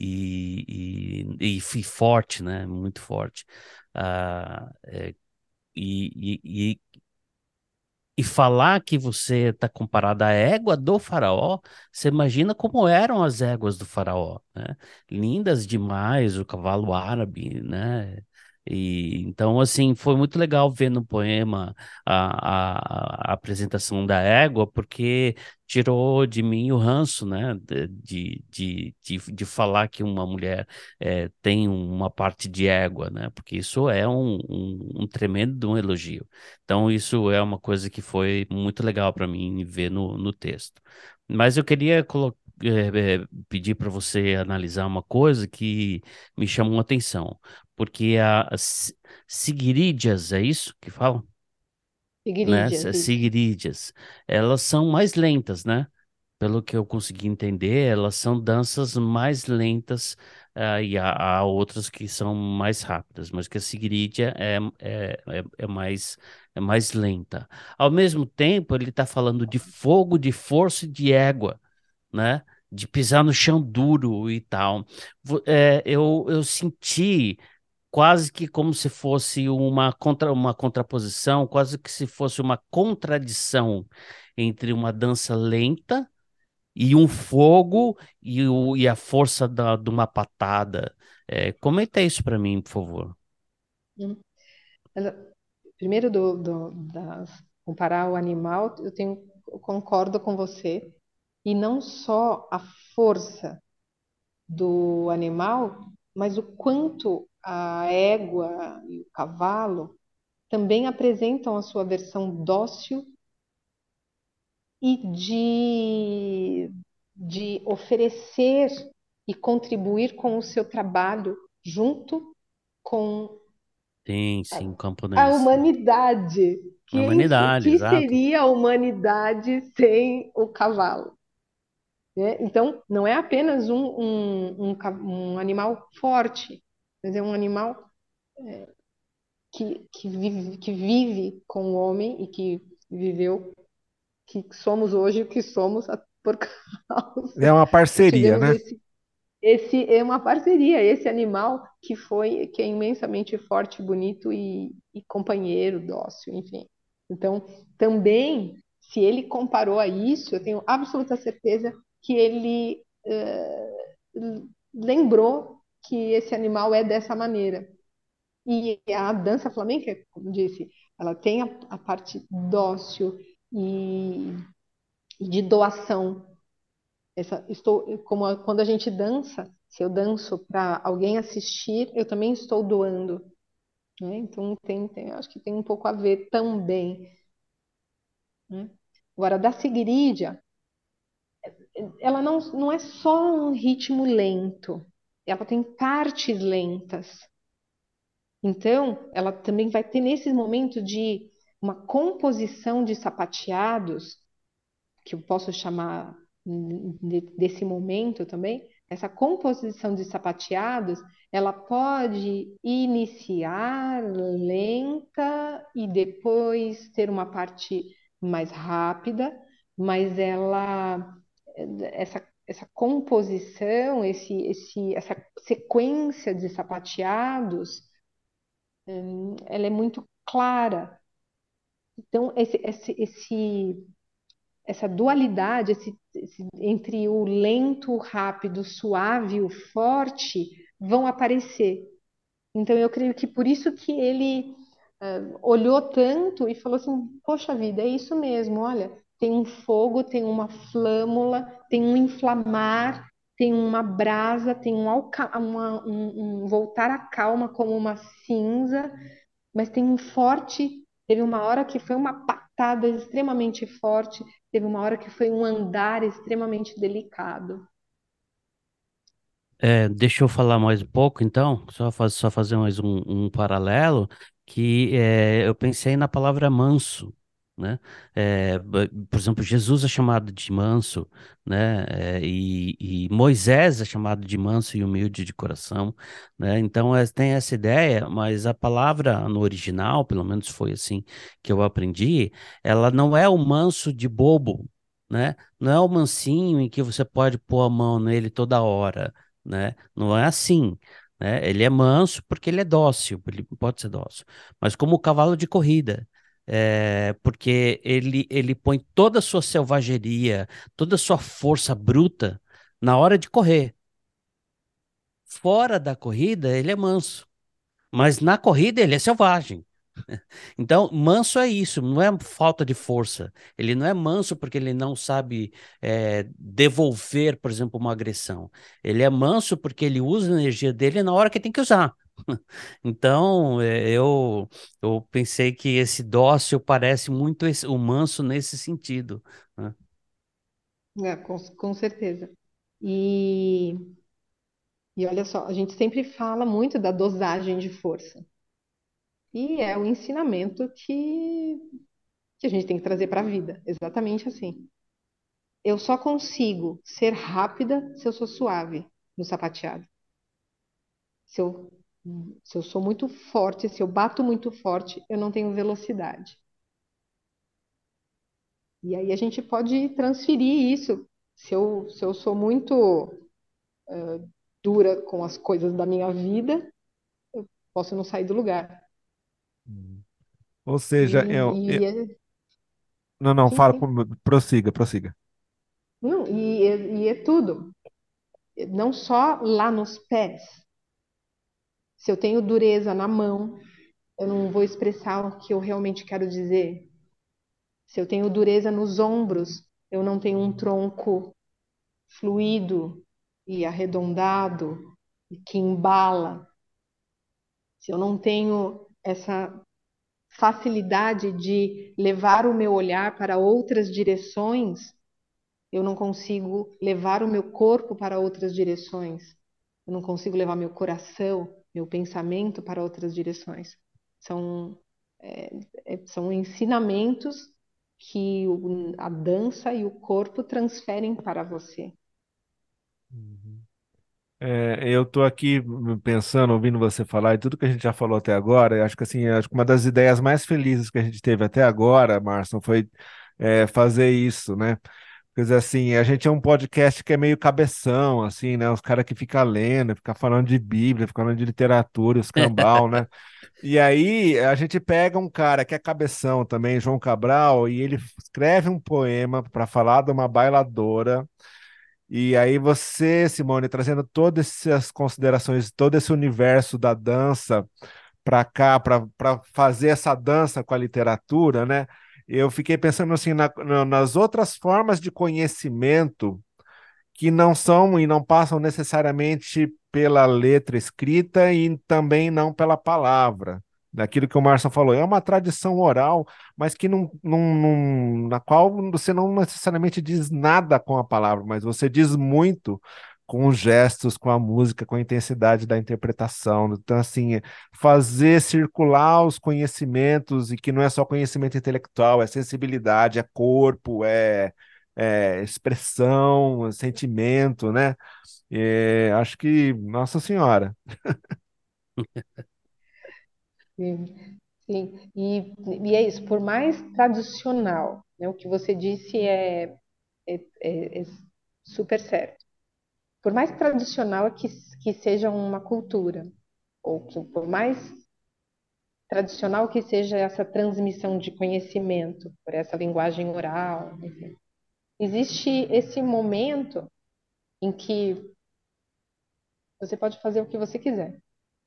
e, e, e, e forte, né? Muito forte. Ah, é, e, e, e e falar que você está comparado à égua do faraó, você imagina como eram as éguas do faraó, né? Lindas demais, o cavalo árabe, né? E então, assim, foi muito legal ver no poema a, a, a apresentação da égua, porque tirou de mim o ranço, né? De, de, de, de, de falar que uma mulher eh, tem uma parte de égua, né? Porque isso é um, um, um tremendo um elogio. Então, isso é uma coisa que foi muito legal para mim ver no, no texto. Mas eu queria colo- eh, eh, pedir para você analisar uma coisa que me chamou a atenção, porque a- as sigiridias, é isso que falam? Né? Igrejas, As isso. sigiridias, elas são mais lentas, né? Pelo que eu consegui entender, elas são danças mais lentas, ah, e há, há outras que são mais rápidas, mas que a Sigiridia é, é, é, é mais, é mais lenta. Ao mesmo tempo, ele está falando de fogo, de força e de égua, né? De pisar no chão duro e tal. Vo- é, eu, eu senti quase que como se fosse uma, contra, uma contraposição, quase que se fosse uma contradição entre uma dança lenta e um fogo e, o, e a força da, de uma patada. É, comenta isso para mim, por favor. Hum. Ela- Primeiro, do, do- das, comparar o animal, eu tenho, eu concordo com você. E não só a força do animal, mas o quanto a égua e o cavalo também apresentam a sua versão dócil e de, de oferecer e contribuir com o seu trabalho junto com Sim, sim, a camponês. humanidade. A Quem, o humanidade, que exato. seria a humanidade sem o cavalo? Né? Então, não é apenas um, um, um, ca- um animal forte, mas é um animal que, que vive, que vive com o homem e que viveu, que somos hoje o que somos a- por É causa. uma Nós parceria, tivemos né? esse, esse é uma parceria, esse animal que foi, que é imensamente forte, bonito e, e companheiro, dócil, enfim. Então, também, se ele comparou a isso, eu tenho absoluta certeza que ele eh, lembrou que esse animal é dessa maneira. E a dança flamenca, como disse, ela tem a, a parte dócil e, e de doação. Essa, estou, como a- quando a gente dança, se eu danço para alguém assistir, eu também estou doando, né? Então tem, tem, acho que tem um pouco a ver também, né? Agora, da Sigiridia, ela não, não é só um ritmo lento, ela tem partes lentas. Então, ela também vai ter nesse momento de uma composição de sapateados, que eu posso chamar de- desse momento também, essa composição de sapateados, ela pode iniciar lenta e depois ter uma parte mais rápida, mas ela essa essa composição, esse, esse, essa sequência de sapateados, ela é muito clara. Então, esse, esse, esse essa dualidade esse, esse, entre o lento, o rápido, o suave e o forte vão aparecer. Então eu creio que por isso que ele uh, olhou tanto e falou assim, poxa vida, é isso mesmo, olha, tem um fogo, tem uma flâmula, tem um inflamar, tem uma brasa, tem um, uma, um, um voltar à calma como uma cinza, mas tem um forte. Teve uma hora que foi uma patada extremamente forte, teve uma hora que foi um andar extremamente delicado. É, deixa eu falar mais um pouco, então, só, faz, só fazer mais um, um paralelo, que é, eu pensei na palavra manso, né? É, b- por exemplo, Jesus é chamado de manso, né? É, e, e Moisés é chamado de manso e humilde de coração, né? Então, é, tem essa ideia, mas a palavra no original, pelo menos foi assim que eu aprendi, ela não é o manso de bobo, né? Não é o mansinho em que você pode pôr a mão nele toda hora, né? Não é assim, né? Ele é manso porque ele é dócil, ele pode ser dócil, mas como o cavalo de corrida, é, porque ele, ele põe toda a sua selvageria, toda a sua força bruta na hora de correr. Fora da corrida, ele é manso, mas na corrida ele é selvagem. Então, manso é isso, não é falta de força. Ele não é manso porque ele não sabe é, devolver, por exemplo, uma agressão. Ele é manso porque ele usa a energia dele na hora que tem que usar. Então, é, eu, eu pensei que esse dócil parece muito esse- o manso nesse sentido, né? É, com, com certeza. E, e olha só, a gente sempre fala muito da dosagem de força. E é o ensinamento que, que a gente tem que trazer para a vida, exatamente assim. Eu só consigo ser rápida se eu sou suave no sapateado. Se eu, se eu sou muito forte, se eu bato muito forte, eu não tenho velocidade. E aí a gente pode transferir isso. Se eu, se eu sou muito dura com as coisas da minha vida, posso não sair do lugar. Hum. Ou E, seja, eu, eu- e é- não, não, sim, fala sim. comigo, prossiga, prossiga. Não, e, é- e é tudo. Não só lá nos pés. Se eu tenho dureza na mão, eu não vou expressar o que eu realmente quero dizer. Se eu tenho dureza nos ombros, eu não tenho um tronco fluido e arredondado e que embala. Se eu não tenho essa facilidade de levar o meu olhar para outras direções, eu não consigo levar o meu corpo para outras direções. Eu não consigo levar meu coração, meu pensamento para outras direções. São, é, é, são ensinamentos que o- a dança e o corpo transferem para você. Uhum. É, eu tô aqui pensando, ouvindo você falar e tudo que a gente já falou até agora, eu acho que assim, acho que uma das ideias mais felizes que a gente teve até agora, Márcio, foi é, fazer isso, né? Quer dizer, assim, a gente é um podcast que é meio cabeção, assim, né? Os caras que ficam lendo, ficam falando de Bíblia, ficam falando de literatura, os cambal, né? E aí a gente pega um cara que é cabeção também, João Cabral, e ele escreve um poema para falar de uma bailadora. E aí você, Simone, trazendo todas essas considerações, todo esse universo da dança para cá para fazer essa dança com a literatura, né? Eu fiquei pensando assim na- na- nas outras formas de conhecimento que não são e não passam necessariamente pela letra escrita e também não pela palavra. Daquilo que o Márcio falou, é uma tradição oral, mas que não, não, não- na qual você não necessariamente diz nada com a palavra, mas você diz muito com os gestos, com a música, com a intensidade da interpretação. Então, assim, fazer circular os conhecimentos, e que não é só conhecimento intelectual, é sensibilidade, é corpo, é é, expressão, sentimento, né? É, acho que, Nossa Senhora. Sim, sim. E, e é isso, por mais tradicional, né, o que você disse é, é, é- é super certo. Por mais tradicional que, que seja uma cultura, ou que por mais tradicional que seja essa transmissão de conhecimento, por essa linguagem oral, enfim, existe esse momento em que você pode fazer o que você quiser.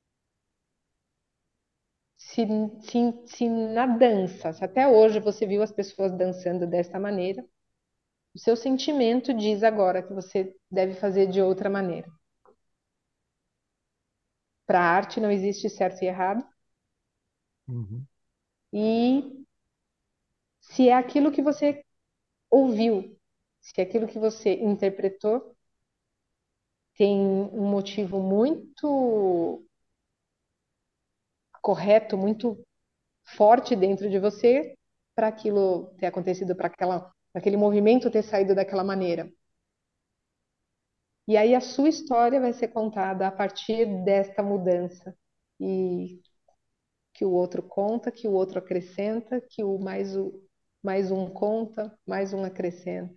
Se, se, se na dança, se até hoje você viu as pessoas dançando desta maneira, o seu sentimento diz agora que você deve fazer de outra maneira. Para a arte não existe certo e errado, Uhum. e se é aquilo que você ouviu, se é aquilo que você interpretou, tem um motivo muito correto, muito forte dentro de você para aquilo ter acontecido, para aquela, para aquele movimento ter saído daquela maneira. E aí a sua história vai ser contada a partir desta mudança. E que o outro conta, que o outro acrescenta, que o mais, o, mais um conta, mais um acrescenta.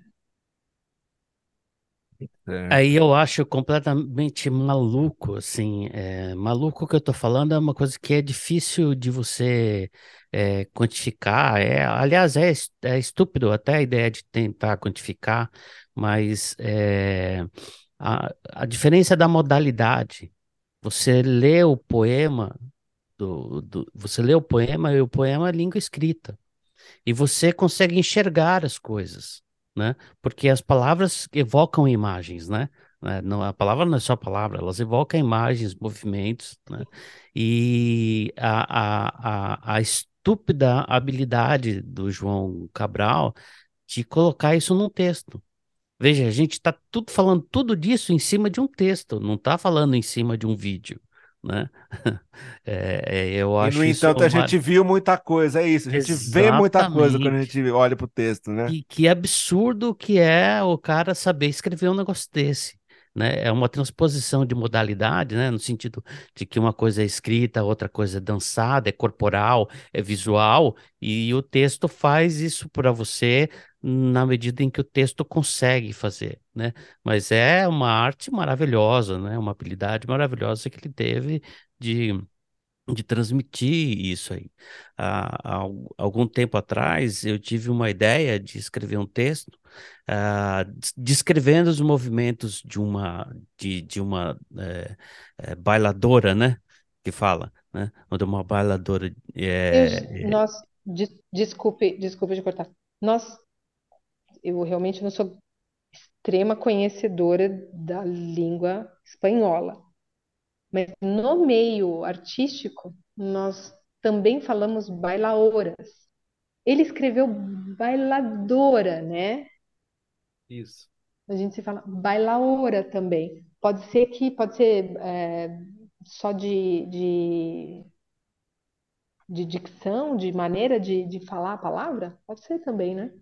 Certo. Aí eu acho completamente maluco, assim, é, maluco que eu tô falando é uma coisa que é difícil de você é, quantificar, é, aliás, é, es- é estúpido até a ideia de tentar quantificar, mas é, a, a diferença da modalidade, você lê o poema, do, do- você lê o poema e o poema é língua escrita. E você consegue enxergar as coisas, né? Porque as palavras evocam imagens, né? Né, não, a palavra não é só palavra, elas evocam imagens, movimentos, né? E a, a, a, a estúpida habilidade do João Cabral de colocar isso num texto. Veja, a gente está tudo falando tudo disso em cima de um texto, não está falando em cima de um vídeo, né? É, é, eu E, no acho isso entanto, a uma... gente viu muita coisa, é isso, a gente vê muita coisa quando a Exatamente. gente olha para o texto, né? Que, que absurdo que é o cara saber escrever um negócio desse, né? É uma transposição de modalidade, né? No sentido de que uma coisa é escrita, outra coisa é dançada, é corporal, é visual, e o texto faz isso para você na medida em que o texto consegue fazer, né? Mas é uma arte maravilhosa, né? Uma habilidade maravilhosa que ele teve de de transmitir isso aí. Há, há al- algum tempo atrás, eu tive uma ideia de escrever um texto, ah, des- descrevendo os movimentos de uma, de, de uma eh, eh, bailadora, né? Que fala, né? Onde uma bailadora Eu, é, é, nós, des- desculpe, desculpe de cortar. Nós, eu realmente não sou extrema conhecedora da língua espanhola, mas no meio artístico, nós também falamos bailaoras. Ele escreveu bailadora, né? Isso. A gente se fala bailaora também. Pode ser que, pode ser é, só de, de, de dicção, de maneira de, de falar a palavra? Pode ser também, né?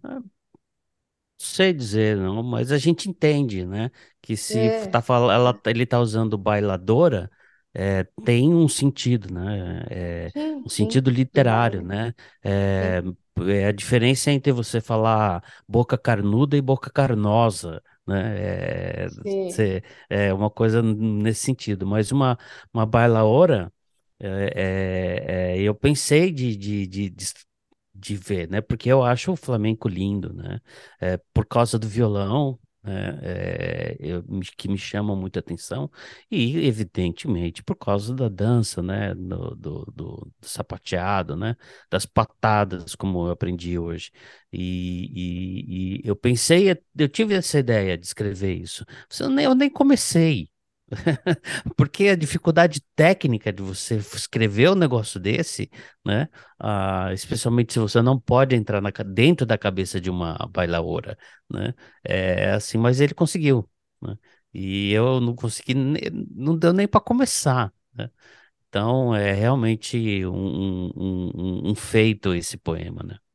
sei dizer, não, mas a gente entende, né? Que se É, tá, fal- ela, ele tá usando bailadora, é, tem um sentido, né? É, sim, um sim, sentido do literário, baile, né? É, sim, é a diferença entre você falar boca carnuda e boca carnosa, né? É, sim. cê- é uma coisa nesse sentido, mas uma, uma bailaora. É, é, é, eu pensei de, de, de, de, de ver, né? Porque eu acho o flamenco lindo, né? É, por causa do violão, né, é, eu- me- que me chamam muita atenção, e evidentemente por causa da dança, né, do, do, do- do sapateado, né, das patadas, como eu aprendi hoje. E, e- e eu pensei, eu tive essa ideia de escrever isso. Eu nem, eu nem comecei. Porque a dificuldade técnica de você escrever um negócio desse, né? Ah, especialmente se você não pode entrar na ca- dentro da cabeça de uma bailaora, né? É assim, mas ele conseguiu, né? E eu não consegui, ne- não deu nem para começar, né? Então é realmente um, um, um- um feito esse poema, né?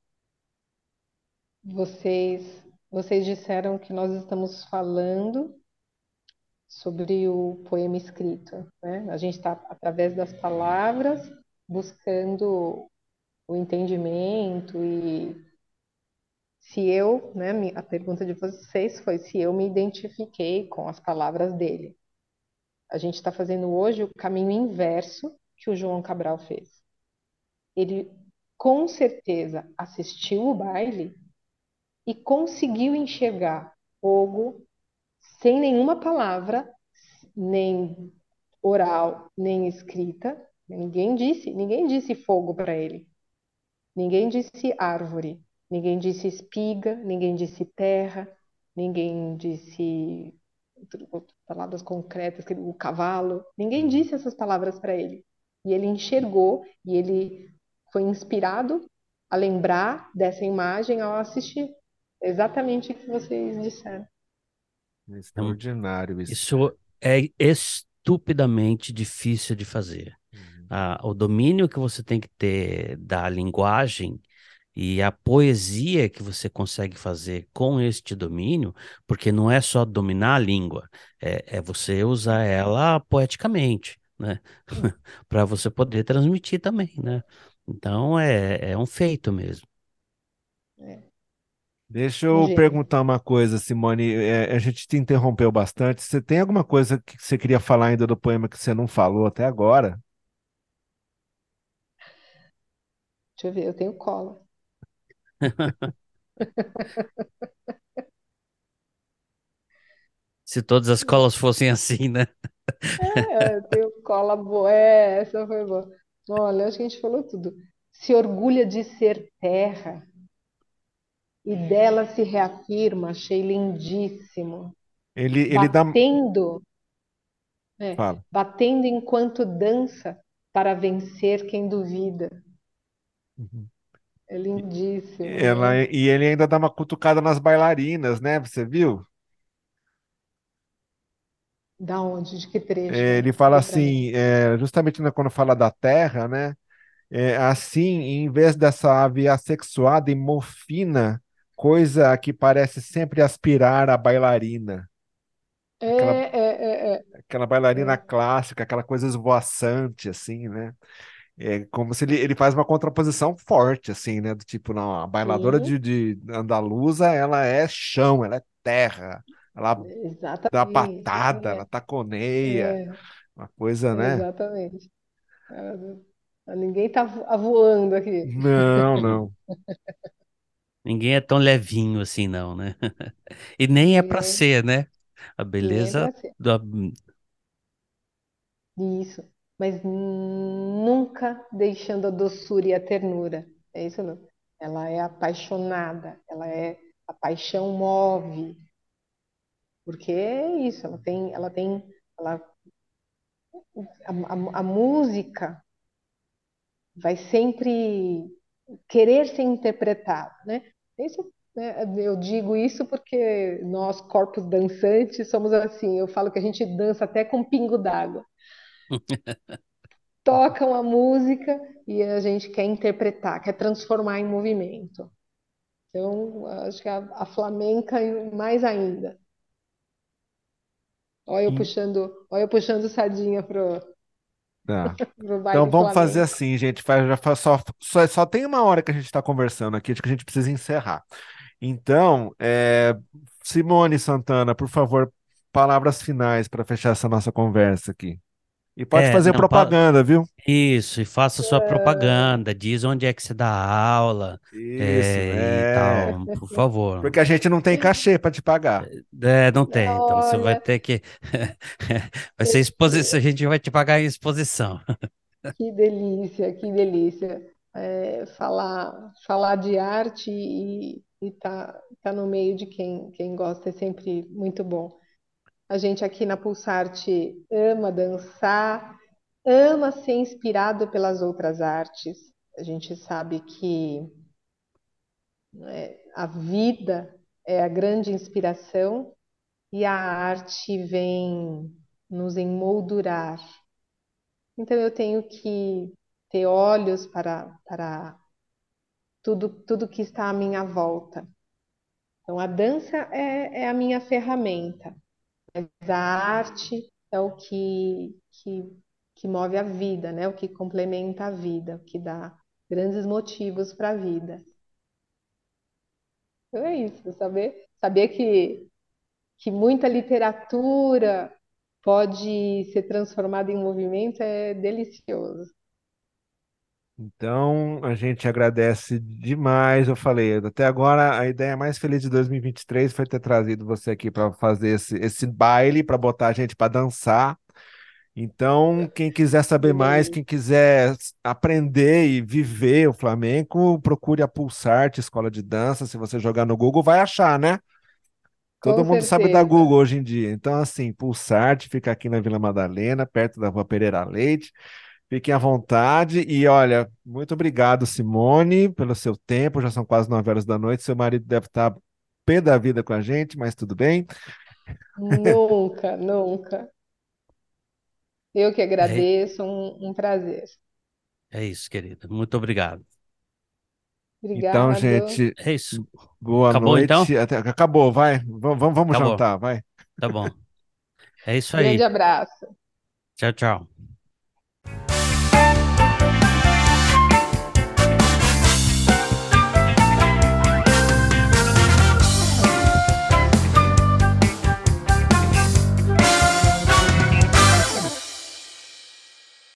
Vocês, vocês disseram que nós estamos falando sobre o poema escrito, né? A gente está, através das palavras, buscando o entendimento e se eu, né, mi- a pergunta de vocês foi se eu me identifiquei com as palavras dele. A gente está fazendo hoje o caminho inverso que o João Cabral fez. Ele com certeza assistiu o baile e conseguiu enxergar fogo sem nenhuma palavra, nem oral, nem escrita. Ninguém disse, ninguém disse fogo para ele. Ninguém disse árvore, ninguém disse espiga, ninguém disse terra, ninguém disse palavras concretas, o cavalo. Ninguém disse essas palavras para ele. E ele enxergou e ele foi inspirado a lembrar dessa imagem ao assistir. Exatamente o que vocês disseram. É Então, extraordinário isso. isso é estupidamente difícil de fazer. Uhum. Ah, o domínio que você tem que ter da linguagem e a poesia que você consegue fazer com este domínio, porque não é só dominar a língua, é, é você usar ela poeticamente, né? Para você poder transmitir também, né? Então é, é um feito mesmo. É, Deixa um eu gênio. perguntar uma coisa, Simone. É, a gente te interrompeu bastante. Você tem alguma coisa que você queria falar ainda do poema que você não falou até agora? Deixa eu ver, eu tenho cola. Se todas as escolas fossem assim, né? É, eu tenho cola boa. É, essa foi boa. Olha, acho que a gente falou tudo. Se orgulha de ser terra e dela se reafirma, achei lindíssimo. Ele, ele dá. Batendo, é, Fala. batendo enquanto dança para vencer quem duvida. Uhum. É lindíssimo, Ela, né? e ele ainda dá uma cutucada nas bailarinas, né? Você viu? Da onde? De que trecho? É, ele É? fala Lê para mim. assim, é, justamente né, quando fala da terra, né? É, assim, em vez dessa ave assexuada e mofina, coisa que parece sempre aspirar a bailarina. É, Aquela, é, é, aquela bailarina é. clássica, aquela coisa esvoaçante, assim, né? É como se ele, ele faz uma contraposição forte, assim, né? Do tipo, não, a bailadora Sim, de, de andaluza, ela é chão, ela é terra, ela dá exatamente. patada, ela É, taconeia, é, uma coisa, né? exatamente. É, ninguém tá vo- voando aqui. Não, não. Ninguém é tão levinho assim, não, né? E nem é para Ninguém, ser, né? A ninguém é beleza para ser. da... Isso. Mas nunca deixando a doçura e a ternura. É isso não. Ela é apaixonada, ela é a paixão move, porque é isso, ela tem, ela tem, ela, a, a, a música vai sempre querer ser interpretada, né? Isso, né, eu digo isso porque nós, corpos dançantes, somos assim. Eu falo que a gente dança até com pingo d'água. Tocam a música e a gente quer interpretar, quer transformar em movimento. Então, acho que a, a flamenca mais ainda. Olha eu E- puxando, olha eu puxando sardinha pro, Tá. pro Então baile vamos fazer flamenco. assim, gente. Faz, já faz, só, só, só tem uma hora que a gente está conversando aqui, acho que a gente precisa encerrar. Então, é, Simone Santana, por favor, palavras finais para fechar essa nossa conversa aqui. E pode É, fazer não, pa- propaganda, viu? isso, e faça sua propaganda, diz onde é que você dá aula, Isso, é, e é. tal, por favor. Porque a gente não tem cachê para te pagar. É, não tem, então você vai Olha, ter que. Vai ser exposição, a gente vai te pagar em exposição. que delícia, que delícia. É, falar, falar de arte e, e tá, tá no meio de quem, quem gosta é sempre muito bom. A gente aqui na Pulsarte ama dançar, ama ser inspirado pelas outras artes. A gente sabe que a vida é a grande inspiração e a arte vem nos emoldurar. Então eu tenho que ter olhos para, para tudo, tudo que está à minha volta. Então a dança é, é a minha ferramenta, mas a arte é o que, que, que move a vida, né? O que complementa a vida, o que dá grandes motivos para a vida. Então é isso, saber, saber que, que muita literatura pode ser transformada em movimento é delicioso. Então, a gente agradece demais. Eu falei, até agora a ideia mais feliz de dois mil e vinte e três foi ter trazido você aqui para fazer esse, esse baile, para botar a gente para dançar. Então, quem quiser Que saber mais, quem delícia. quiser aprender e viver o flamenco, procure a Pulsarte Escola de Dança. Se você jogar no Google, vai achar, né? Todo Com mundo sabe da certeza. Google hoje em dia. Então, assim, Pulsarte fica aqui na Vila Madalena, perto da Rua Pereira Leite. Fiquem à vontade. E olha, muito obrigado, Simone, pelo seu tempo. Já são quase nove horas da noite. Seu marido deve estar pé da vida com a gente, mas tudo bem. Nunca, nunca. Eu que É, agradeço, um, um prazer. é isso, querida. Muito obrigado. Então, Obrigado. gente, É isso. boa Acabou então? noite. Até, acabou, vai. Vamos, vamos vamos Acabou. jantar, vai. Tá bom. É isso Grande aí. abraço. Tchau, tchau.